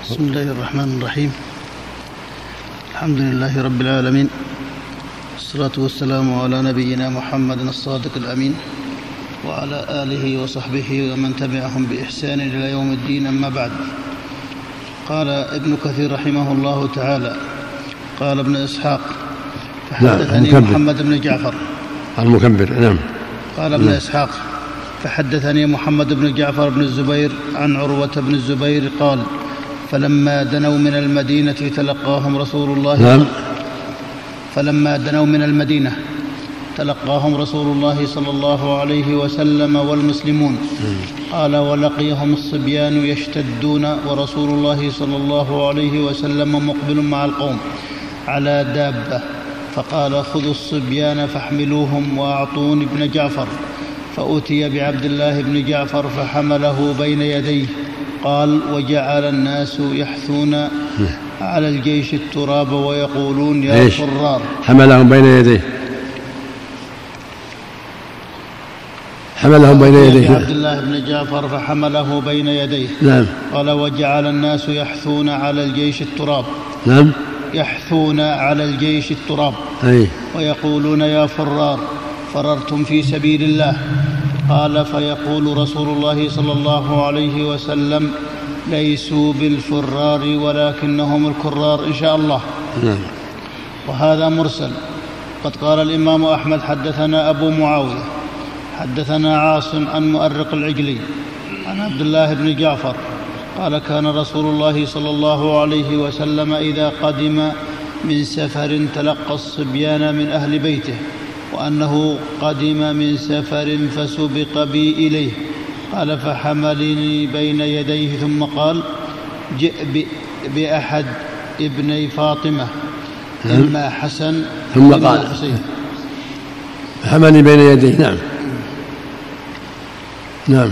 بسم الله الرحمن الرحيم. الحمد لله رب العالمين، والصلاة والسلام على نبينا محمد الصادق الأمين وعلى آله وصحبه ومن تبعهم بإحسان إلى يوم الدين. أما بعد، قال ابن كثير رحمه الله تعالى: قال ابن إسحاق: فحدثني محمد بن جعفر المكبر. نعم. قال ابن إسحاق: فحدثني محمد بن جعفر بن الزبير عن عروة بن الزبير قال: فلما دنوا من المدينة تلقاهم رسول الله. نعم. فلما دنوا من المدينة تلقاهم رسول الله صلى الله عليه وسلم والمسلمون. قال: ولقيهم الصبيان يشتدون ورسول الله صلى الله عليه وسلم مقبل مع القوم على دابة، فقال: خذوا الصبيان فاحملوهم وأعطوني ابن جعفر. فأتي بعبد الله بن جعفر فحمله بين يديه. قال: وجعل الناس يحثون على الجيش التراب ويقولون: يا فرار. حملهم بين يديه. حملهم بين يديه عبد الله بن جعفر فحمله بين يديه. نعم. قال: وجعل الناس يحثون على الجيش التراب. نعم. يحثون على الجيش التراب. أي. ويقولون: يا فرار، فررتم في سبيل الله. قال: فيقول رسول الله صلى الله عليه وسلم: ليسوا بالفرار ولكنهم الكرار إن شاء الله. نعم. وهذا مرسل. قد قال الإمام أحمد: حدثنا أبو معاوية حدثنا عاصم عن مؤرق العجلي عن عبد الله بن جعفر قال: كان رسول الله صلى الله عليه وسلم إذا قدم من سفر تلقى الصبيان من أهل بيته، وأنه قدم من سفر فسبق بي إليه. قال: فحملني بين يديه ثم قال: جئ بأحد ابني فاطمة، إما حسن ثم قال: حسين. حملني بين يديه. نعم. نعم.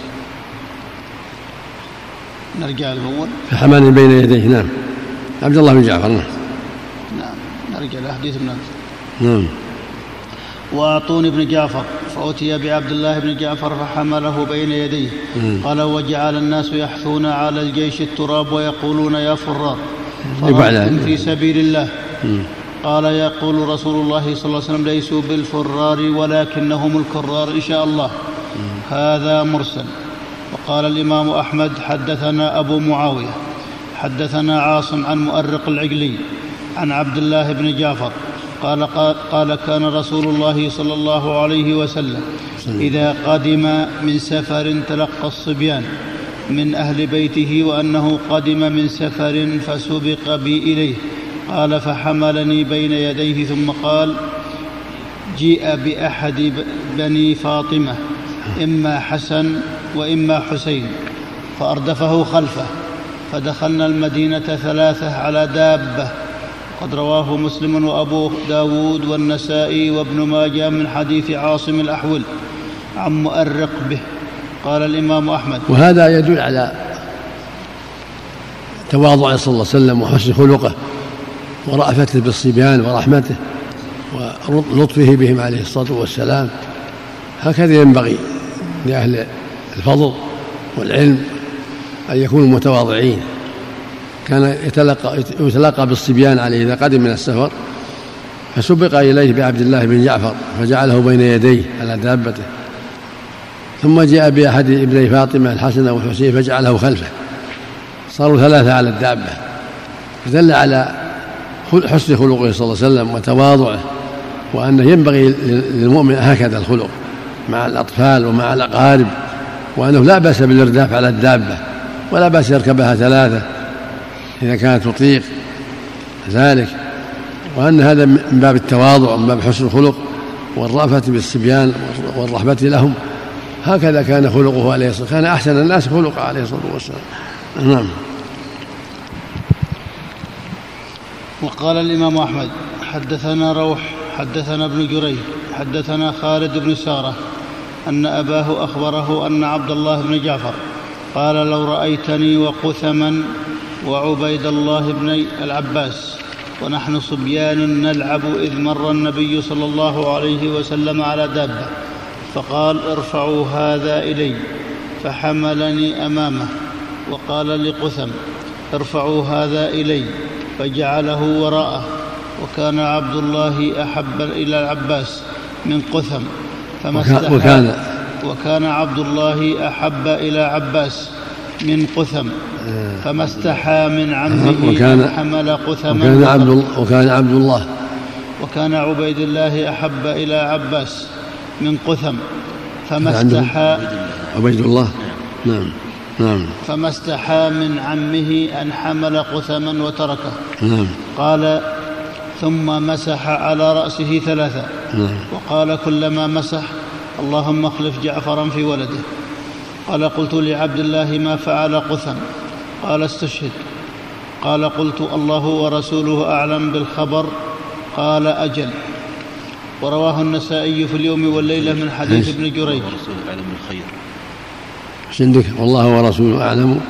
نرجع الأول. فحملني بين يديه. نعم. عبد الله بن جعفر. نعم. نرجع لحديث ابن. نعم. وأعطوني ابن جعفر. فأتي بعبد الله بن جعفر فحمله بين يديه. قال: وجعل الناس يحثون على الجيش التراب ويقولون: يا فرار، فررتم في سبيل الله. قال: يقول رسول الله صلى الله عليه وسلم: ليسوا بالفرار ولكنهم الكرار إن شاء الله. هذا مرسل. وقال الإمام أحمد: حدثنا أبو معاوية حدثنا عاصم عن مؤرق العجلي عن عبد الله بن جعفر قال: كان رسول الله صلى الله عليه وسلم إذا قدم من سفر تلقى الصبيان من أهل بيته، وأنه قدم من سفر فسبق بي إليه. قال: فحملني بين يديه ثم قال: جيء بأحد بني فاطمة، إما حسن وإما حسين. فأردفه خلفه، فدخلنا المدينة 3 على دابة. قد رواه مسلم وأبو داود والنسائي وابن ماجه من حديث عاصم الأحول عن مؤرق به. قال الإمام أحمد: وهذا يدل على تواضعه صلى الله عليه وسلم وحسن خلقه ورأفته بالصبيان ورحمته ولطفه بهم عليه الصلاة والسلام. هكذا ينبغي لأهل الفضل والعلم أن يكونوا متواضعين. كان يتلقى بالصبيان عليه إذا قدم من السفر، فسبق إليه بعبد الله بن جعفر فجعله بين يديه على دابته، ثم جاء بأحد ابني فاطمة الحسن والحسين فجعله خلفه، صاروا 3 على الدابة. فدل على حسن خلقه صلى الله عليه وسلم وتواضعه، وأنه ينبغي للمؤمن هكذا الخلق مع الأطفال ومع الأقارب، وأنه لا بأس بالإرداف على الدابة، ولا بأس يركبها 3 إذا كانت تطيق ذلك، وأن هذا من باب التواضع ومن باب حسن الخلق والرأفة بالصبيان والرحمة لهم. هكذا كان خلقه عليه الصلاة والسلام، كان أحسن الناس خلقه عليه الصلاة والسلام. نعم. وقال الإمام أحمد: حدثنا روح حدثنا ابن جريج حدثنا خالد بن سارة أن أباه أخبره أن عبد الله بن جعفر قال: لو رأيتني وقثما وعبيد الله بن العباس ونحن صبيان نلعب إذ مر النبي صلى الله عليه وسلم على دابة، فقال: ارفعوا هذا إلي، فحملني أمامه، وقال لقثم: ارفعوا هذا إلي، فجعله وراءه. وكان عبد الله أحب إلى العباس من قثم وكان عبد الله أحب إلى عباس من قثم فما استحى من عمه حمل قثما. وكان عبيد الله أحب إلى عباس من قثم فما استحى عبيد الله فما استحى من عمه أن حمل قثما وتركه. قال ثم مسح على رأسه 3 وقال كلما مسح اللهم اخلف جعفرا في ولده. قال قلت لعبد الله ما فعل قثم؟ قال استشهد. قال قلت الله ورسوله أعلم بالخبر؟ قال أجل. ورواه النسائي في اليوم والليلة من حديث ابن جريج. عندك والله ورسوله أعلم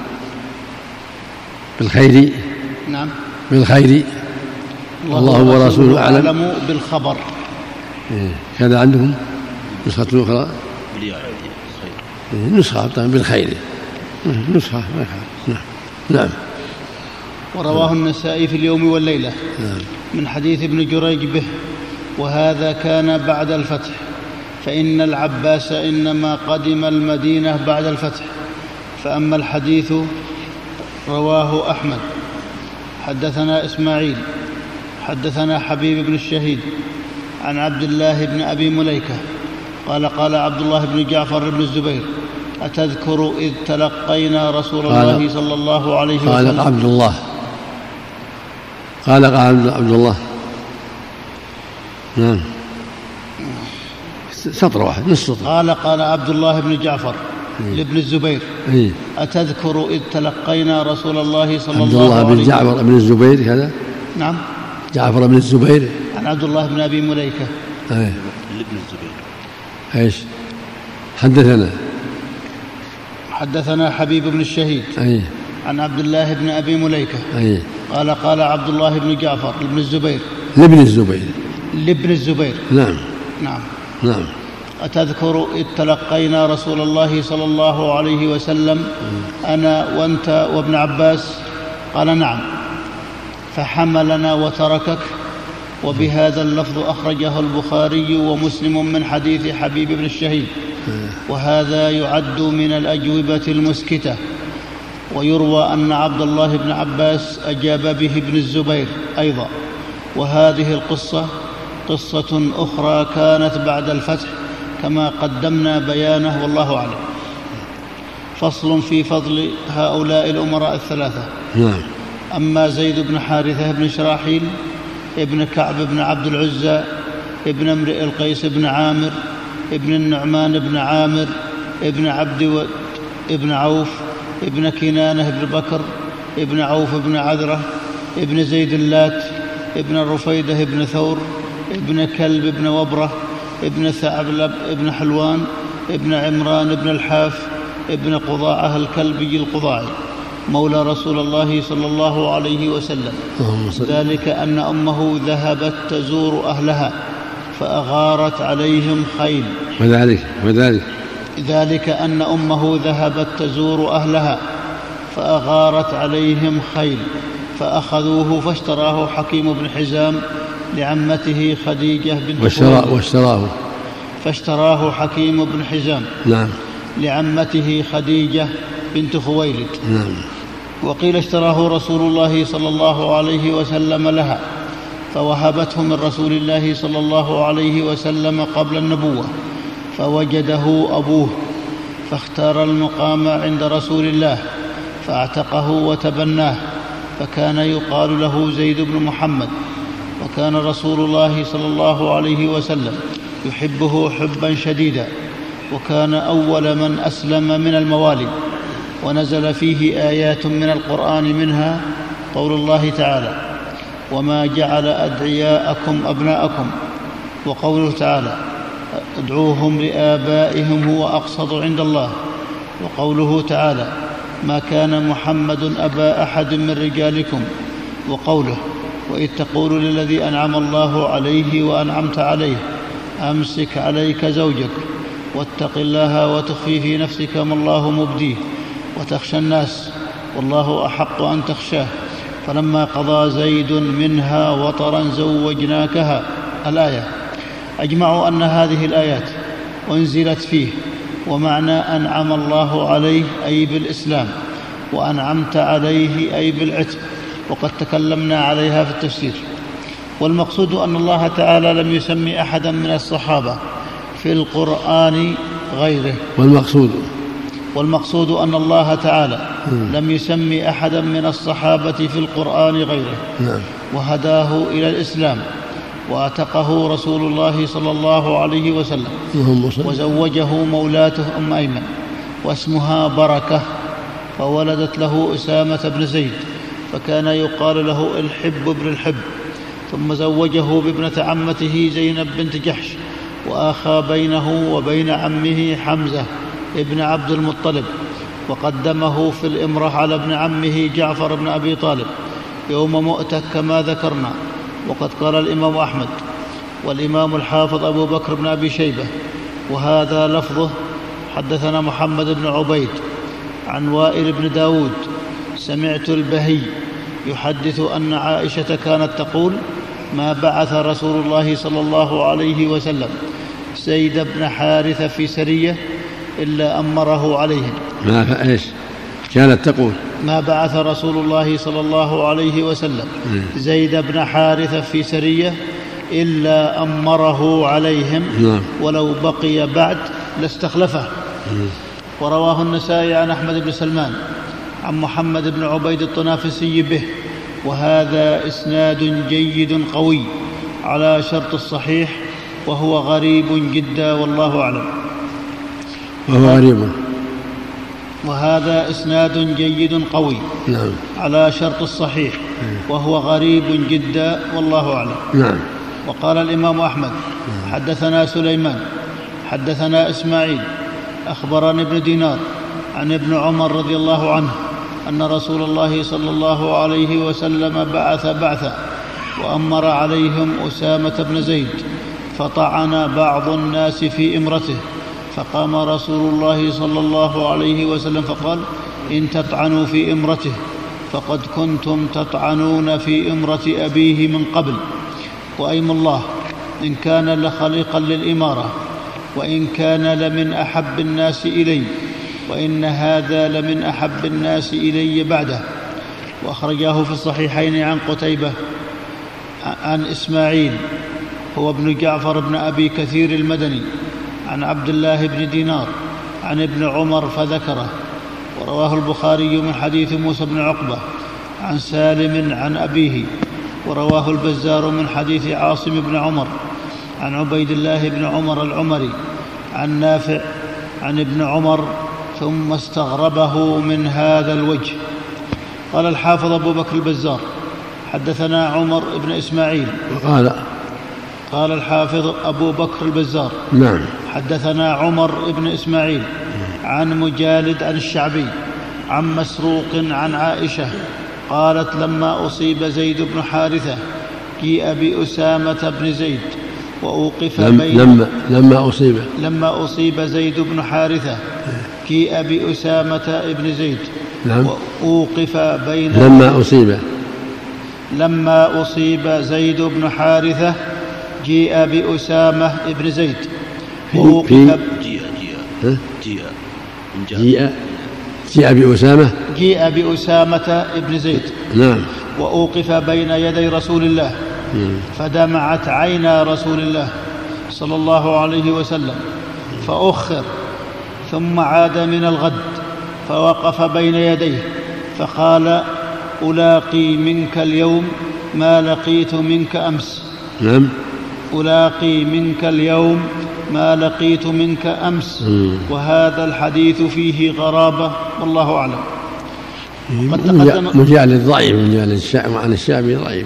بالخير. نعم بالخير. الله ورسوله أعلم بالخبر. كذا عندهم نسخة أخرى نسخة بالخير نسخة. نعم. ورواه النسائي في اليوم والليلة من حديث ابن جريج به. وهذا كان بعد الفتح، فإن العباس إنما قدم المدينة بعد الفتح. فأما الحديث رواه أحمد حدثنا إسماعيل حدثنا حبيب بن الشهيد عن عبد الله بن أبي مليكة قال قال عبد الله بن جعفر بن الزبير أتذكر إذ تلقينا رسول الله صلى الله عليه وسلم؟ قال عبد الله نعم سطر واحد نص سطر. قال عبد الله بن جعفر لابن الزبير أتذكر إذ تلقينا رسول الله صلى الله عليه وسلم؟ عبد الله بن جعفر بن الزبير هذا. نعم جعفر بن الزبير عن عبد الله بن أبي مليكة لابن الزبير. ايش حدثنا حبيب بن الشهيد عن عبد الله بن أبي مليكة قال عبد الله بن جعفر بن الزبير لابن الزبير. نعم. أتذكر إذ تلقينا رسول الله صلى الله عليه وسلم أنا وأنت وابن عباس؟ قال نعم. فحملنا وتركك. وبهذا اللفظ أخرجه البخاري ومسلم من حديث حبيب بن الشهيد. وهذا يعد من الأجوبة المسكتة. ويروى أن عبد الله بن عباس أجاب به ابن الزبير أيضا. وهذه القصة قصة أخرى كانت بعد الفتح كما قدمنا بيانه والله أعلم. فصل في فضل هؤلاء الأمراء 3. أما زيد بن حارثة بن شراحيل ابن كعب بن عبد العزى ابن امرئ القيس بن عامر ابن النعمان بن عامر ابن عبد ابن عوف ابن كنانة بن بكر ابن عوف بن عذرة ابن زيد اللات ابن رفيدة بن ثور ابن كلب بن وبرة ابن ثعلب ابن حلوان ابن عمران بن الحاف ابن قضاعة الكلبي القضاعي مولى رسول الله صلى الله عليه وسلم. ذلك أن أمه ذهبت تزور أهلها فأغارت عليهم خيل. ذلك أن أمه ذهبت تزور أهلها فأغارت عليهم خيل فأخذوه فاشتراه حكيم بن حزام لعمته خديجة بنت خويلد. فاشتراه حكيم بن حزام لعمته خديجة بنت خويلد. وقيل اشتراه رسول الله صلى الله عليه وسلم لها فوهبته من رسول الله صلى الله عليه وسلم قبل النبوة فوجده أبوه فاختار المقام عند رسول الله فاعتقه وتبناه فكان يقال له زيد بن محمد. وكان رسول الله صلى الله عليه وسلم يحبه حبا شديدا وكان أول من أسلم من الموالي. ونزل فيه آيات من القرآن منها قول الله تعالى وما جعل أدعياءكم أبناءكم وقوله تعالى ادعوهم لآبائهم هو أقسط عند الله وقوله تعالى ما كان محمد أبا أحد من رجالكم وقوله وإذ تقول للذي أنعم الله عليه وأنعمت عليه أمسك عليك زوجك واتق الله وتخفي في نفسك ما الله مبديه وتخشى الناس والله أحق أن تخشاه. فلما قضى زيد منها وطرا زوجناكها الآية. أجمعوا أن هذه الآيات أنزلت فيه، ومعنى أنعم الله عليه أي بالإسلام، وأنعمت عليه أي بالعتق، وقد تكلمنا عليها في التفسير. والمقصود أن الله تعالى لم يسمي أحدا من الصحابة في القرآن غيره. والمقصود أن الله تعالى لم يسمي أحدا من الصحابة في القرآن غيره، وهداه إلى الإسلام، وأعتقه رسول الله صلى الله عليه وسلم، وزوجه مولاته أم أيمن واسمها بركة، فولدت له أسامة بن زيد، فكان يقال له الحب بن الحب، ثم زوجه بابنة عمته زينب بنت جحش، وآخى بينه وبين عمه حمزة ابن عبد المطلب، وقدمه في الإمرة على ابن عمه جعفر بن أبي طالب يوم مؤتة كما ذكرنا. وقد قال الإمام أحمد والإمام الحافظ أبو بكر بن أبي شيبة، وهذا لفظه: حدثنا محمد بن عبيد عن وائل بن داود سمعت البهي يحدث أن عائشة كانت تقول: ما بعث رسول الله صلى الله عليه وسلم زيد بن حارثة في سرية إلا أمره عليهم. إيش كانت تقول؟ ما بعث رسول الله صلى الله عليه وسلم زيد بن حارثة في سرية إلا أمره عليهم، ولو بقي بعد لاستخلفه. ورواه النسائي عن أحمد بن سلمان عن محمد بن عبيد الطنافسي به، وهذا إسناد جيد قوي على شرط الصحيح، وهو غريب جدا والله أعلم. وهذا إسناد جيد قوي على شرط الصحيح، وهو غريب جدا والله أعلم. وقال الإمام أحمد: حدثنا سليمان حدثنا إسماعيل أخبرني ابن دينار عن ابن عمر رضي الله عنه أن رسول الله صلى الله عليه وسلم بعث بعثا وأمر عليهم أسامة بن زيد، فطعن بعض الناس في إمرته، فقام رسول الله صلى الله عليه وسلم فقال: إن تطعنوا في إمرته فقد كنتم تطعنون في إمرة أبيه من قبل، وأيم الله إن كان لخليقا للإمارة، وإن كان لمن أحب الناس إلي، وإن هذا لمن أحب الناس إلي بعده. وأخرجاه في الصحيحين عن قتيبة عن إسماعيل هو ابن جعفر بن أبي كثير المدني عن عبد الله بن دينار عن ابن عمر فذكره. ورواه البخاري من حديث موسى بن عقبة عن سالم عن أبيه، ورواه البزار من حديث عاصم بن عمر عن عبيد الله بن عمر العمري عن نافع عن ابن عمر، ثم استغربه من هذا الوجه. قال الحافظ أبو بكر البزار: حدثنا عمر بن إسماعيل. قال الحافظ أبو بكر البزار: حدثنا عمر بن إسماعيل عن مجالد عن الشعبي عن مسروق عن عائشة قالت: لما أصيب زيد بن حارثة جيء بأسامة بن زيد وأوقف بين لما أصيب زيد بن حارثة جيء بأسامة بن زيد وأوقف بين لما أصيب زيد بن حارثة جيء بأسامة بن زيد وأوقف جيء بأسامة بن زيد وأوقف بين يدي رسول الله، فدمعت عينا رسول الله صلى الله عليه وسلم، فأخر، ثم عاد من الغد فوقف بين يديه فقال: ألاقي منك اليوم ما لقيت منك أمس. ألاقي منك اليوم ما لقيت منك أمس. وهذا الحديث فيه غرابة والله أعلم. مجال الضعيف عن الشعبي ضعيف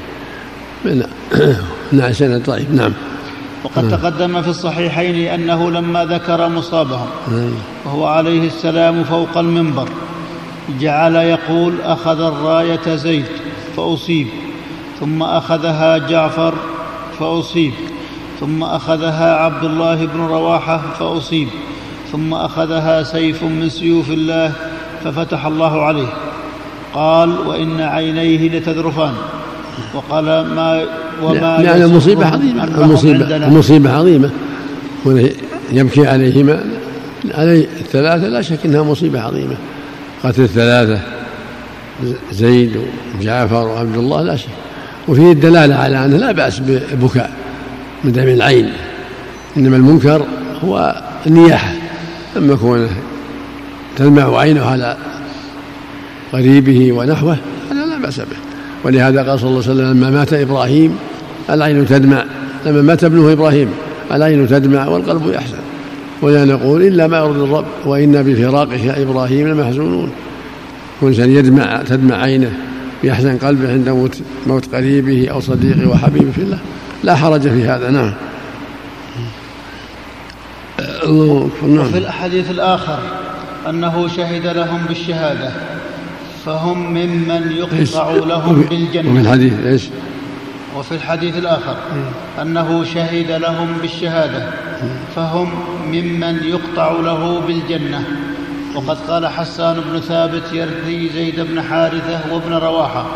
سنة ضعيف. وقد تقدم في الصحيحين أنه لما ذكر مصابهم وهو عليه السلام فوق المنبر جعل يقول: أخذ الراية زيد فأصيب، ثم أخذها جعفر فأصيب، ثم أخذها عبد الله بن رواحة فأصيب، ثم أخذها سيف من سيوف الله ففتح الله عليه. وقال وإن عينيه لتذرفان. وقال وما يعني المصيبة عظيمة، المصيبة عظيمة يبكي عليهما، علي الثلاثة لا شك أنها مصيبة عظيمة، قتل الثلاثة زيد وجعفر وعبد الله لا شك، وفيه الدلالة على أنه لا بأس ببكاء من دم العين، إنما المنكر هو النياحة، أما كونه تلمع عينه على قريبه ونحوه هذا لا بأس به. ولهذا قال صلى الله عليه وسلم لما مات إبراهيم العين تدمع، لما مات ابنه إبراهيم العين تدمع والقلب يحزن، ولا نقول إلا ما يرضي الرب وإنا بفراقك يا إبراهيم لمحزونون. والإنسان تدمع عينه يحزن قلبه عند موت قريبه أو صديقه وحبيبه في الله، لا حرج في هذا. نعم. وفي الحديث الآخر أنه شهد لهم بالشهادة فهم ممن يقطع لهم بالجنة. وفي الحديث الآخر أنه شهد لهم بالشهادة فهم ممن يقطع له بالجنة. وقد قال حسان بن ثابت يرثي زيد بن حارثة وابن رواحة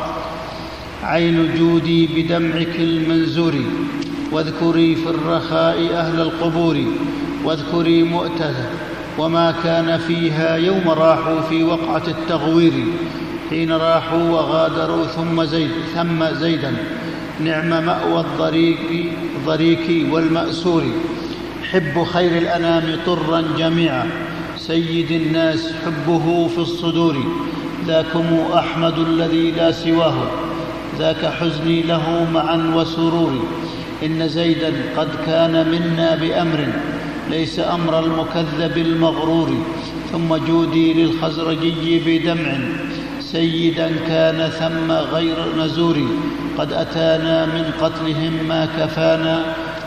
عين جودي بدمعك المنزور، واذكري في الرخاء أهل القبور، واذكري مؤتة وما كان فيها يوم راحوا في وقعة التغوير، حين راحوا وغادروا ثم زيدا نعم مأوى الضريك والمأسور، حب خير الأنام طرا جميعا، سيد الناس حبه في الصدور، ذاكم أحمد الذي لا سواه، ذاك حزني له معا وسروري، إن زيدا قد كان منا بأمر ليس أمر المكذب المغرور، ثم جودي للخزرجي بدمع سيدا كان ثم غير نزور، قد أتانا من قتلهم ما كفانا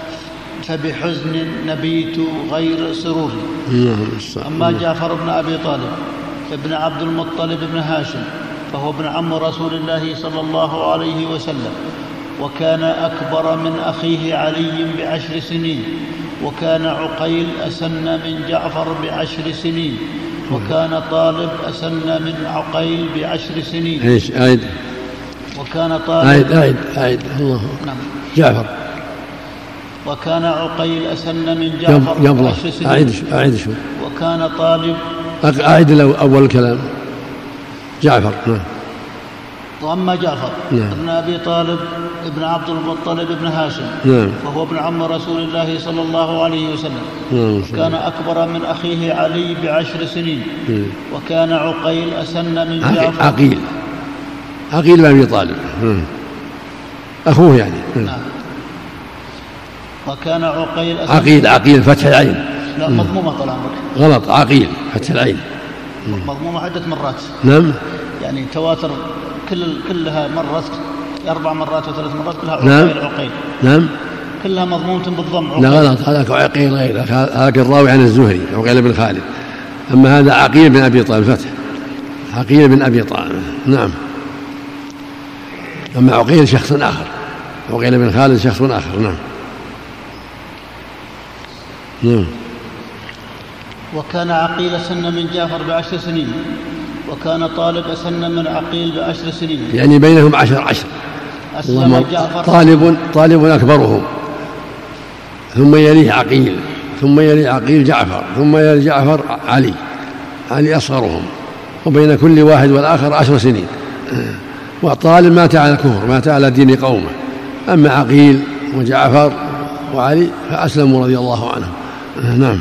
فبحزن نبيت غير سرور. أما جعفر بن أبي طالب ابن عبد المطلب بن هاشم فهو ابن عم رسول الله صلى الله عليه وسلم، وكان أكبر من أخيه علي ب10 سنين، وكان عقيل أسن من جعفر ب10 سنين، وكان طالب أسن من عقيل ب10 سنين. ايش عيد؟ وكان طالب عيد الله. نعم. جعفر. وكان عقيل أسن من جعفر ب10 سنين. أعيد شو. وكان طالب. أعيد له أول الكلام. جعفر. نعم. وأما جعفر ابن أبي طالب ابن عبد المطلب ابن هاشم وهو ابن عم رسول الله صلى الله عليه وسلم، كان أكبر من أخيه علي ب10 سنين، وكان عقيل أسن من جعفر. عقيل بن أبي طالب أخوه يعني. نعم. وكان عقيل أسن عقيل فتح العين. لا مضمومة طال عمرك. غلط، عقيل فتح العين مضمومة عدة مرات. نعم. يعني تواتر كلها مرت 4 مرات و3 مرات كلها عقيل. نعم. كلها مضمومة بالضم. لا غلط، هذاك عقيل غير، هذاك الراوي عن الزهري عقيل بن خالد، أما هذا عقيل بن أبي طالب فتح، عقيل بن أبي طالب. نعم. أما عقيل شخص آخر، عقيل بن خالد شخص آخر. نعم. وكان عقيل أسن من جعفر ب10 سنين، وكان طالب أسن من عقيل ب10 سنين، يعني بينهم 10. أسلم جعفر. طالب أكبرهم، ثم يليه عقيل، ثم يلي عقيل جعفر، ثم يلي جعفر علي أصغرهم، وبين كل واحد والآخر 10 سنين. وطالب مات على الكفر، مات على دين قومه. أما عقيل وجعفر وعلي فأسلموا رضي الله عنهم. نعم.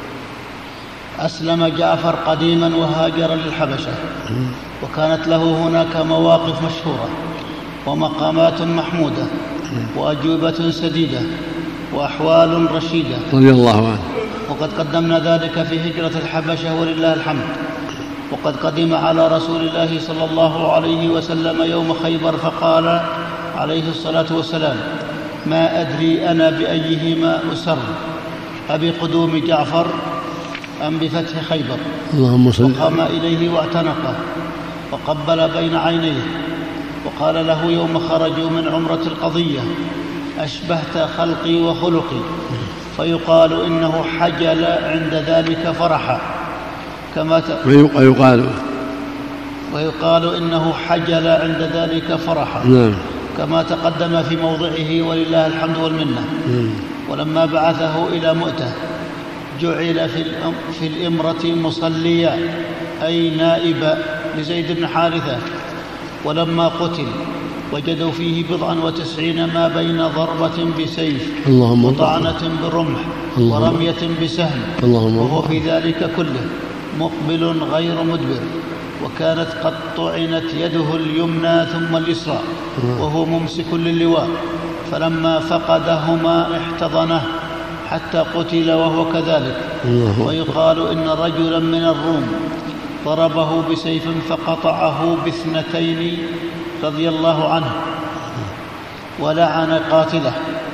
أسلم جعفر قديما وهاجر للحبشة، وكانت له هناك مواقف مشهورة ومقامات محمودة وأجوبة سديدة وأحوال رشيدة رضي الله عنه. وقد قدمنا ذلك في هجرة الحبشة ولله الحمد. وقد قدم على رسول الله صلى الله عليه وسلم يوم خيبر فقال عليه الصلاة والسلام: ما أدري أنا بأيهما أسر، أبقدوم جعفر أم بفتح خيبر؟ اللهم صل. وقام إليه واعتنقه وقبل بين عينيه وقال له يوم خرجوا من عمرة القضية: أشبهت خلقي وخلقي. فيقال إنه حجل عند ذلك فرحا كما ويقال إنه حجل عند ذلك فرحا كما تقدم في موضعه ولله الحمد والمنة. ولما بعثه إلى مؤتة جعل في الإمرة مصليا أي نائبا لزيد بن حارثة. ولما قتل وجدوا فيه 99 ما بين ضربة بسيف وطعنة برمح ورمية بسهم، وهو في ذلك كله مقبل غير مدبر، وكانت قد طعنت يده اليمنى ثم اليسرى وهو ممسك للواء، فلما فقدهما احتضنه حتى قتل وهو كذلك. ويقال إن رجلا من الروم ضربه بسيف فقطعه باثنتين رضي الله عنه ولعن قاتله.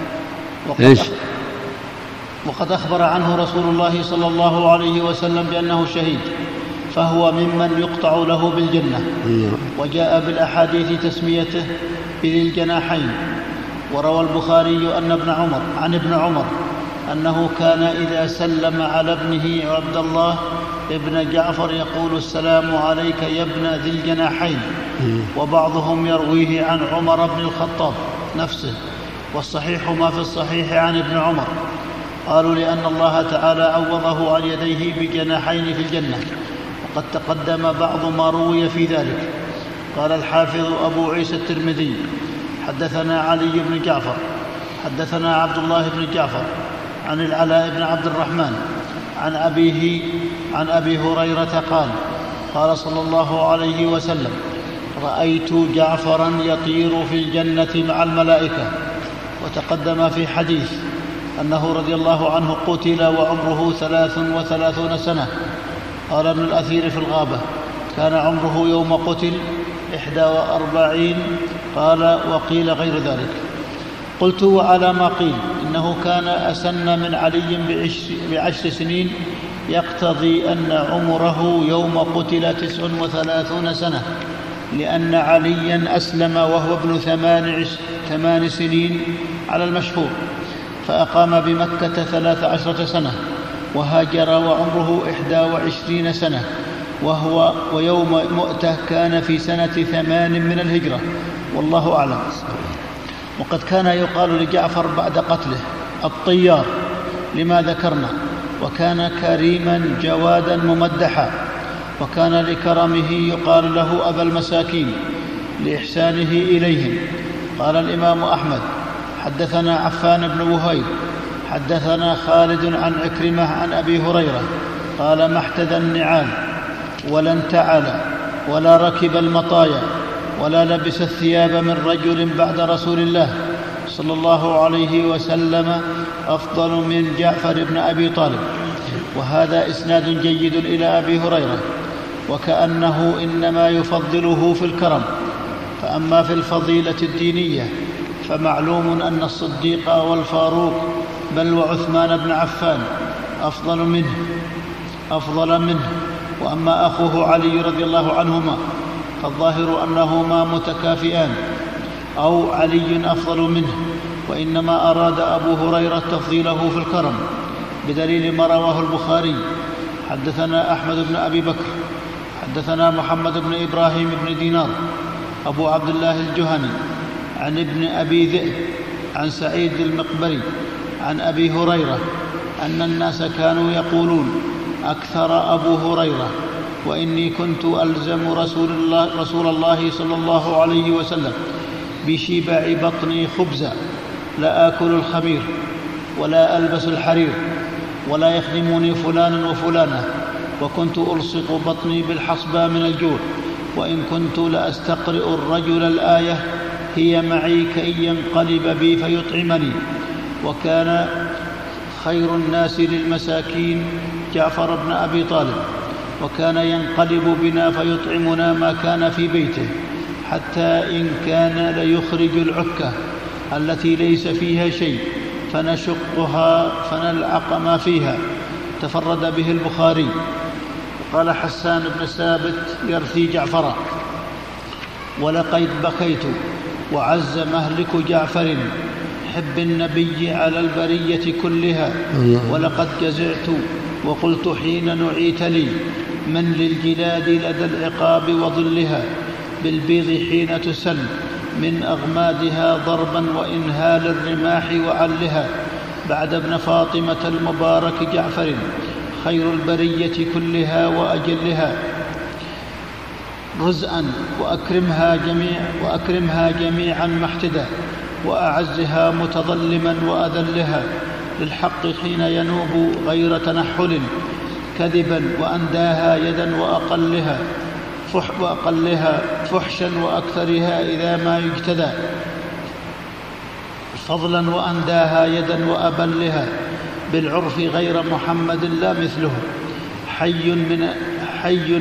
وقد أخبر عنه رسول الله صلى الله عليه وسلم بأنه شهيد، فهو ممن يقطع له بالجنة. وجاء بالأحاديث تسميته بذي الجناحين. وروى البخاري عن ابن عمر أنه كان إذا سلم على ابنه عبد الله ابن جعفر يقول: السلام عليك يا ابن ذي الجناحين. وبعضهم يرويه عن عمر بن الخطاب نفسه، والصحيح ما في الصحيح عن ابن عمر. قالوا لأن الله تعالى عوضه عن يديه بجناحين في الجنة، وقد تقدم بعض ما روي في ذلك. قال الحافظ أبو عيسى الترمذي: حدثنا علي بن جعفر حدثنا عبد الله بن جعفر عن العلاء بن عبد الرحمن عن أبيه عن أبي هريرة قال: قال صلى الله عليه وسلم: رأيت جعفرا يطير في الجنة مع الملائكة. وتقدم في حديث أنه رضي الله عنه قتل وعمره 33 سنة. قال ابن الأثير في الغابة: كان عمره يوم قتل 41. قال: وقيل غير ذلك. قلت: وعلى ما قيل إنه كان أسن من علي ب10 سنين، يقتضي أن عمره يوم قتل 39 سنة، لأن عليا أسلم وهو ابن 8 سنين على المشهور، فأقام بمكة 13 سنة، وهاجر وعمره 21 سنة، ويوم مؤتة كان في سنة 8 من الهجرة، والله أعلم. وقد كان يقال لجعفر بعد قتله: الطيار، لما ذكرنا. وكان كريما جوادا ممدحا، وكان لكرمه يقال له أبا المساكين لإحسانه إليهم. قال الإمام أحمد: حدثنا عفان بن وهيب حدثنا خالد عن عكرمة عن أبي هريرة قال: ما احتذى النعال ولا انتعل ولا ركب المطايا ولا لبس الثياب من رجل بعد رسول الله صلى الله عليه وسلم أفضل من جعفر بن أبي طالب. وهذا إسناد جيد إلى أبي هريرة، وكأنه إنما يفضله في الكرم. فأما في الفضيلة الدينية فمعلوم أن الصديق والفاروق بل وعثمان بن عفان أفضل منه. وأما أخوه علي رضي الله عنهما فالظاهر أنهما متكافئان، أو علي أفضل منه، وإنما أراد أبو هريرة تفضيله في الكرم، بدليل ما رواه البخاري: حدثنا أحمد بن أبي بكر حدثنا محمد بن إبراهيم بن دينار أبو عبد الله الجهني عن ابن أبي ذئب عن سعيد المقبري عن أبي هريرة أن الناس كانوا يقولون: أكثر أبو هريرة، وإني كنت ألزم رسول الله صلى الله عليه وسلم بشبع بطني خبزا، لا آكل الخمير ولا ألبس الحرير ولا يخدمني فلان وفلانة، وكنت ألصق بطني بالحصبة من الجوع، وإن كنت لأستقرئ الرجل الآية: هي معي كي ينقلب بي فيطعمني. وكان خير الناس للمساكين جعفر بن أبي طالب، وكان ينقلب بنا فيطعمنا ما كان في بيته، حتى إن كان ليخرج العكة التي ليس فيها شيء فنشقها فنلعق ما فيها. تفرد به البخاري. قال حسان بن ثابت يرثي جعفرا: ولقد بكيت وعز مهلك جعفر حب النبي على البرية كلها، ولقد جزعت وقلت حين نعيت لي: من للجلاد لدى العقاب وظلها بالبيض حين تسل من أغمادها ضربا وإنهال الرماح وعلها بعد ابن فاطمة المبارك جعفر خير البرية كلها وأجلها رزءا وأكرمها جميعا محتدا وأعزها متظلما وأذلها للحق حين ينوب غير تنحل كذبا وأنداها يدا وأقلها فحشا وأكثرها إذا ما يجتدى فضلا وأنداها يدا وأبلها بالعرف غير محمد لا مثله حي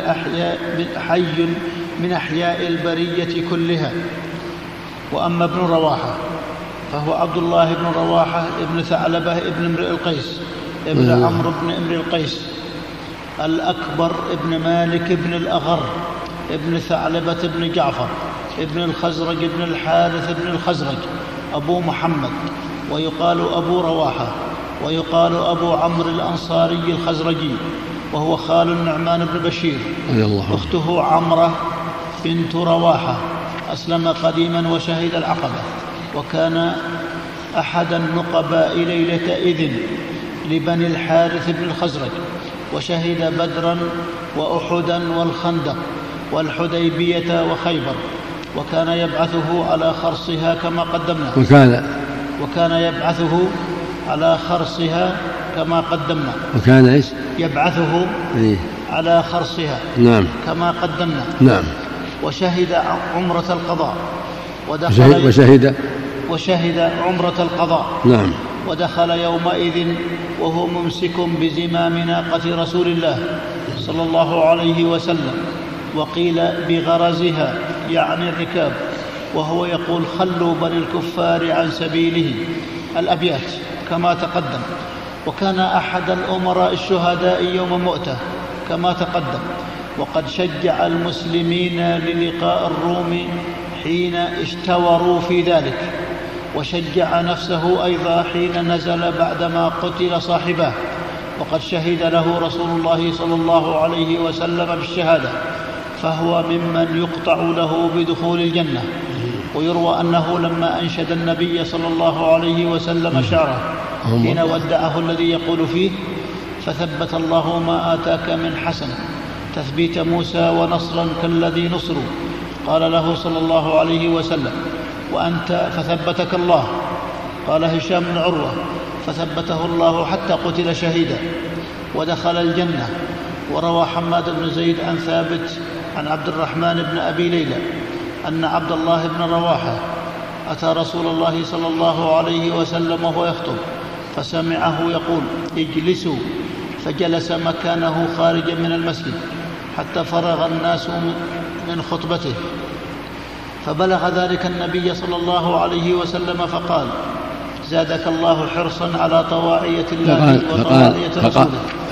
من أحياء البرية كلها. وأما ابن رواحة فهو عبد الله بن رواحة ابن ثعلبة ابن امرئ القيس ابن عمرو بن امرئ القيس الأكبر ابن مالك ابن الأغر ابن ثعلبة ابن جعفر ابن الخزرج ابن الحارث ابن الخزرج أبو محمد ويقال أبو رواحة ويقال أبو عمرو الأنصاري الخزرجي وهو خال النعمان بن بشير. أخته عمرة بنت رواحة أسلم قديما وشهد العقبة وكان أحد النقباء ليلة إذن لبني الحارث بن الخزرج وشهد بدرا وأحدا والخندق والحديبية وخيبر وكان يبعثه على خرصها كما قدمنا وكان يبعثه على خرصها كما قدمنا يبعثه على خرصها كما قدمنا وشهد عمرة القضاء وشهد عمرة القضاء ودخل يومئذ وهو ممسك بزمام ناقة رسول الله صلى الله عليه وسلم وقيل بغرزها يعني الركاب وهو يقول خلوا بني الكفار عن سبيله الأبيات كما تقدم. وكان أحد الأمراء الشهداء يوم مؤتة كما تقدم وقد شجع المسلمين للقاء الروم حين اشتوروا في ذلك وشجع نفسه أيضا حين نزل بعدما قتل صاحبه وقد شهد له رسول الله صلى الله عليه وسلم بالشهادة فهو ممن يقطع له بدخول الجنة. ويروى أنه لما أنشد النبي صلى الله عليه وسلم شعره حين ودعه الذي يقول فيه فثبت الله ما آتاك من حسن تثبيت موسى ونصرا كالذي نصروا قال له صلى الله عليه وسلم وأنت فثبتك الله. قال هشام بن عروة فثبته الله حتى قتل شهيدا ودخل الجنة. وروى حماد بن زيد عن ثابت عن عبد الرحمن بن أبي ليلى أن عبد الله بن رواحة أتى رسول الله صلى الله عليه وسلم وهو يخطب فسمعه يقول اجلسوا فجلس مكانه خارجا من المسجد حتى فرغ الناس من خطبته فبلغ ذلك النبي صلى الله عليه وسلم فقال زادك الله حرصا على طواعية الله وطواعية رسوله.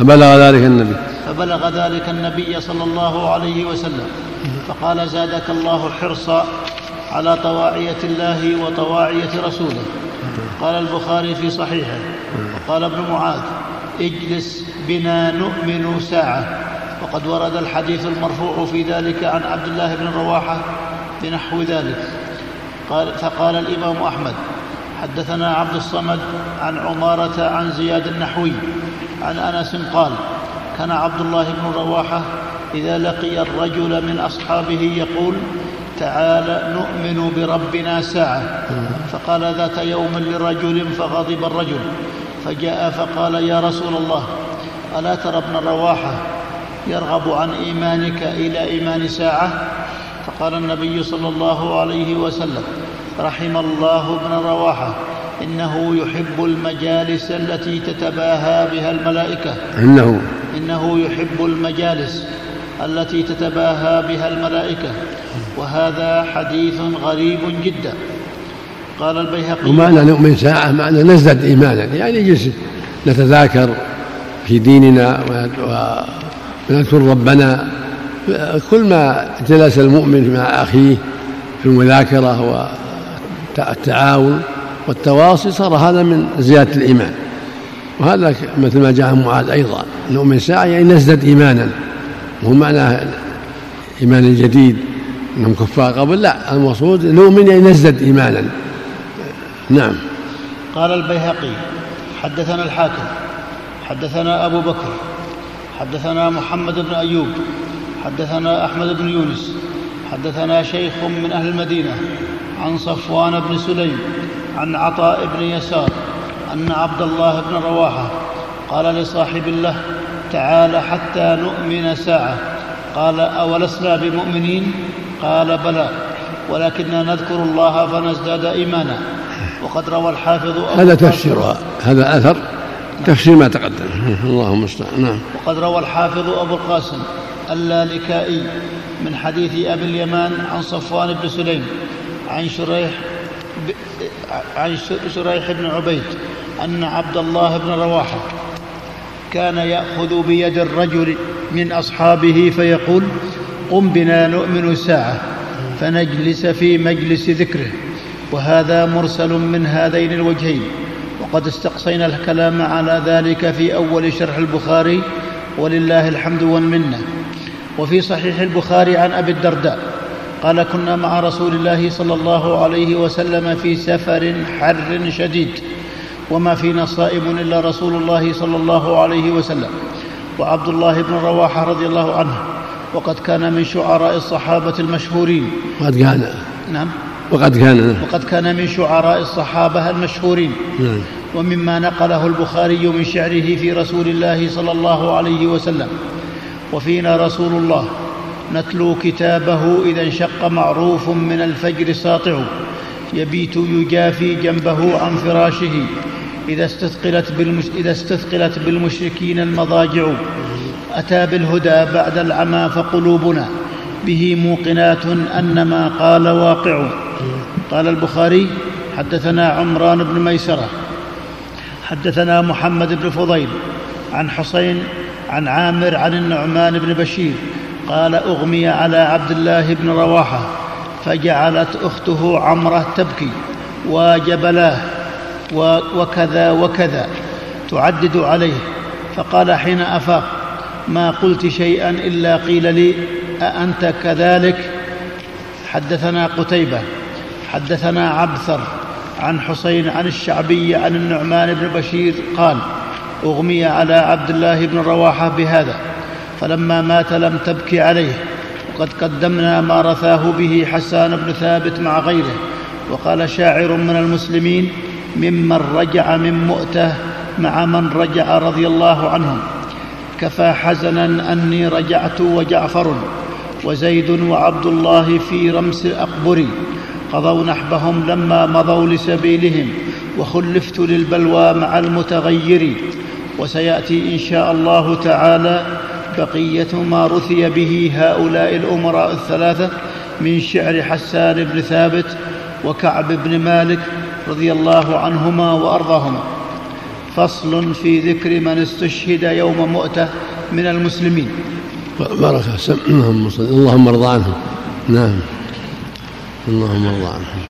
فبلغ ذلك النبي صلى الله عليه وسلم فقال زادك الله حرصا على طواعية الله وطواعية رسوله. قال البخاري في صحيحه وقال ابن معاذ اجلس بنا نؤمن ساعة. وقد ورد الحديث المرفوع في ذلك عن عبد الله بن رواحة بنحو ذلك. فقال الإمام أحمد حدثنا عبد الصمد عن عمارة عن زياد النحوي عن أنس قال كان عبد الله بن رواحة إذا لقي الرجل من أصحابه يقول تعال نؤمن بربنا ساعة. فقال ذات يوم لرجل فغضب الرجل فجاء فقال يا رسول الله ألا ترى ابن رواحة يرغب عن إيمانك إلى إيمان ساعة؟ فقال النبي صلى الله عليه وسلم رحم الله ابن رواحة إنه يحب المجالس التي تتباهى بها الملائكة إنه يحب المجالس التي تتباهى بها الملائكة. وهذا حديث غريب جدا. قال البيهقي ومعنى نؤمن ساعة معنى نزداد إيمانا يعني يجلس نتذاكر في ديننا ونذكر ربنا. كل ما جلس المؤمن مع أخيه في المذاكرة والتعاون والتواصي صار هذا من زيادة الإيمان. وهذا مثل ما جاء معاذ أيضا نؤمن ساعة يعني نزداد إيمانا وهو معناه إيمان الجديد أنهم كفار قبل، لا، المقصود نؤمن يعني نزدد إيمانا. نعم. قال البيهقي حدثنا الحاكم حدثنا أبو بكر حدثنا محمد بن أيوب حدثنا أحمد بن يونس حدثنا شيخ من أهل المدينة عن صفوان بن سليم عن عطاء بن يسار أن عبد الله بن رواحة قال لصاحب له: تعال حتى نؤمن ساعة. قال: أولسنا بمؤمنين؟ قال: بلى، ولكننا نذكر الله فنزداد إيمانا. وقد روى الحافظ هذا تفسيرها، هذا أثر تفسير ما تقدم. اللهم استعان. نعم. وقد روى الحافظ أبو القاسم اللالكائي من حديث أبي اليمان عن صفوان بن سليم عن شريح بن عبيد أن عبد الله بن رواحة كان يأخذ بيد الرجل من أصحابه فيقول: قم بنا نؤمن ساعة، فنجلس في مجلس ذكره. وهذا مرسل من هذين الوجهين، وقد استقصينا الكلام على ذلك في أول شرح البخاري، ولله الحمد والمنة. وفي صحيح البخاري عن أبي الدرداء قال: كنا مع رسول الله صلى الله عليه وسلم في سفر حر شديد، وما فينا صائم إلا رسول الله صلى الله عليه وسلم وعبد الله بن رواحة رضي الله عنه، وقد كان من شعراء الصحابة المشهورين. وقد كان من شعراء الصحابة المشهورين. ومما نقله البخاري من شعره في رسول الله صلى الله عليه وسلم: وفينا رسول الله نتلو كتابه إذا انشق معروف من الفجر ساطع، يبيت يجافي جنبه عن فراشه إذا استثقلت بالمشركين المضاجع، أتى بالهدى بعد العمى فقلوبنا به موقنات أن ما قال واقع. قال البخاري: حدثنا عمران بن ميسرة حدثنا محمد بن فضيل عن حسين عن عامر عن النعمان بن بشير قال: أغمي على عبد الله بن رواحة فجعلت أخته عمرة تبكي وجبلاه وكذا وكذا تعدد عليه، فقال حين أفاق: ما قلت شيئا إلا قيل لي أأنت كذلك؟ حدثنا قتيبة حدثنا عبثر عن حسين عن الشعبي عن النعمان بن بشير قال: أغمي على عبد الله بن رواحة بهذا، فلما مات لم تبكي عليه، وقد قدمنا ما رثاه به حسان بن ثابت مع غيره. وقال شاعر من المسلمين ممن رجع من مؤته مع من رجع رضي الله عنهم: كفى حزنا أني رجعت وجعفر وزيد وعبد الله في رمس أقبري، قضوا نحبهم لما مضوا لسبيلهم، وخلفت للبلوى مع المتغير. وسيأتي إن شاء الله تعالى بقية ما رثي به هؤلاء الأمراء الثلاثة من شعر حسان بن ثابت وكعب بن مالك رضي الله عنهما وأرضاهما. فصل في ذكر من استشهد يوم مؤتة من المسلمين. بارك الله. اللهم ارض عنهم. نعم. اللهم ارض عنهم.